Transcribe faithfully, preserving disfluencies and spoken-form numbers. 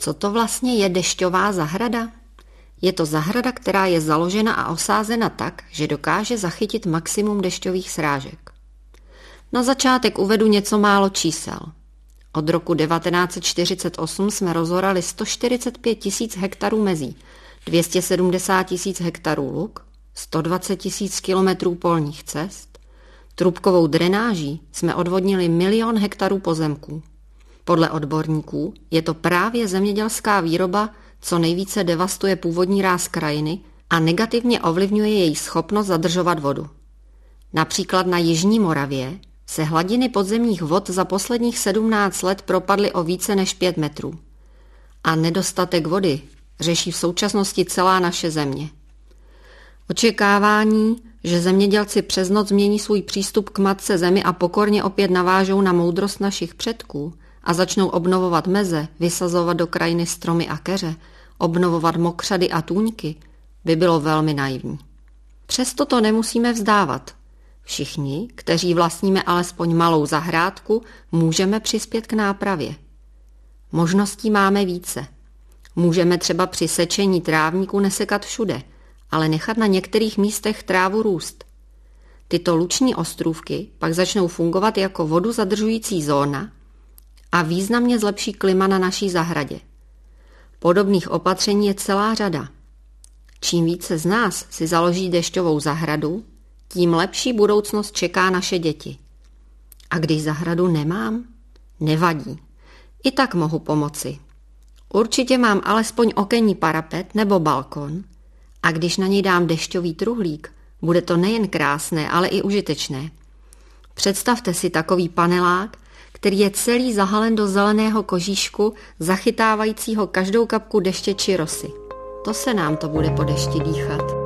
Co to vlastně je dešťová zahrada? Je to zahrada, která je založena a osázena tak, že dokáže zachytit maximum dešťových srážek. Na začátek uvedu něco málo čísel. Od roku devatenáct set čtyřicet osm jsme rozorali sto čtyřicet pět tisíc hektarů mezí, dvě stě sedmdesát tisíc hektarů luk, sto dvacet tisíc kilometrů polních cest, trubkovou drenáží jsme odvodnili milion hektarů pozemků. Podle odborníků je to právě zemědělská výroba, co nejvíce devastuje původní ráz krajiny a negativně ovlivňuje její schopnost zadržovat vodu. Například na Jižní Moravě se hladiny podzemních vod za posledních sedmnáct let propadly o více než pět metrů. A nedostatek vody řeší v současnosti celá naše země. Očekávání, že zemědělci přes noc změní svůj přístup k matce zemi a pokorně opět navážou na moudrost našich předků a začnou obnovovat meze, vysazovat do krajiny stromy a keře, obnovovat mokřady a tůňky, by bylo velmi naivní. Přesto to nemusíme vzdávat. Všichni, kteří vlastníme alespoň malou zahrádku, můžeme přispět k nápravě. Možností máme více. Můžeme třeba při sečení trávníku nesekat všude, ale nechat na některých místech trávu růst. Tyto luční ostrůvky pak začnou fungovat jako vodu zadržující zóna a významně zlepší klima na naší zahradě. Podobných opatření je celá řada. Čím více z nás si založí dešťovou zahradu, tím lepší budoucnost čeká naše děti. A když zahradu nemám, nevadí. I tak mohu pomoci. Určitě mám alespoň okenní parapet nebo balkon a když na něj dám dešťový truhlík, bude to nejen krásné, ale i užitečné. Představte si takový panelák, který je celý zahalen do zeleného kožíšku, zachytávajícího každou kapku deště či rosy. To se nám to bude po dešti dýchat.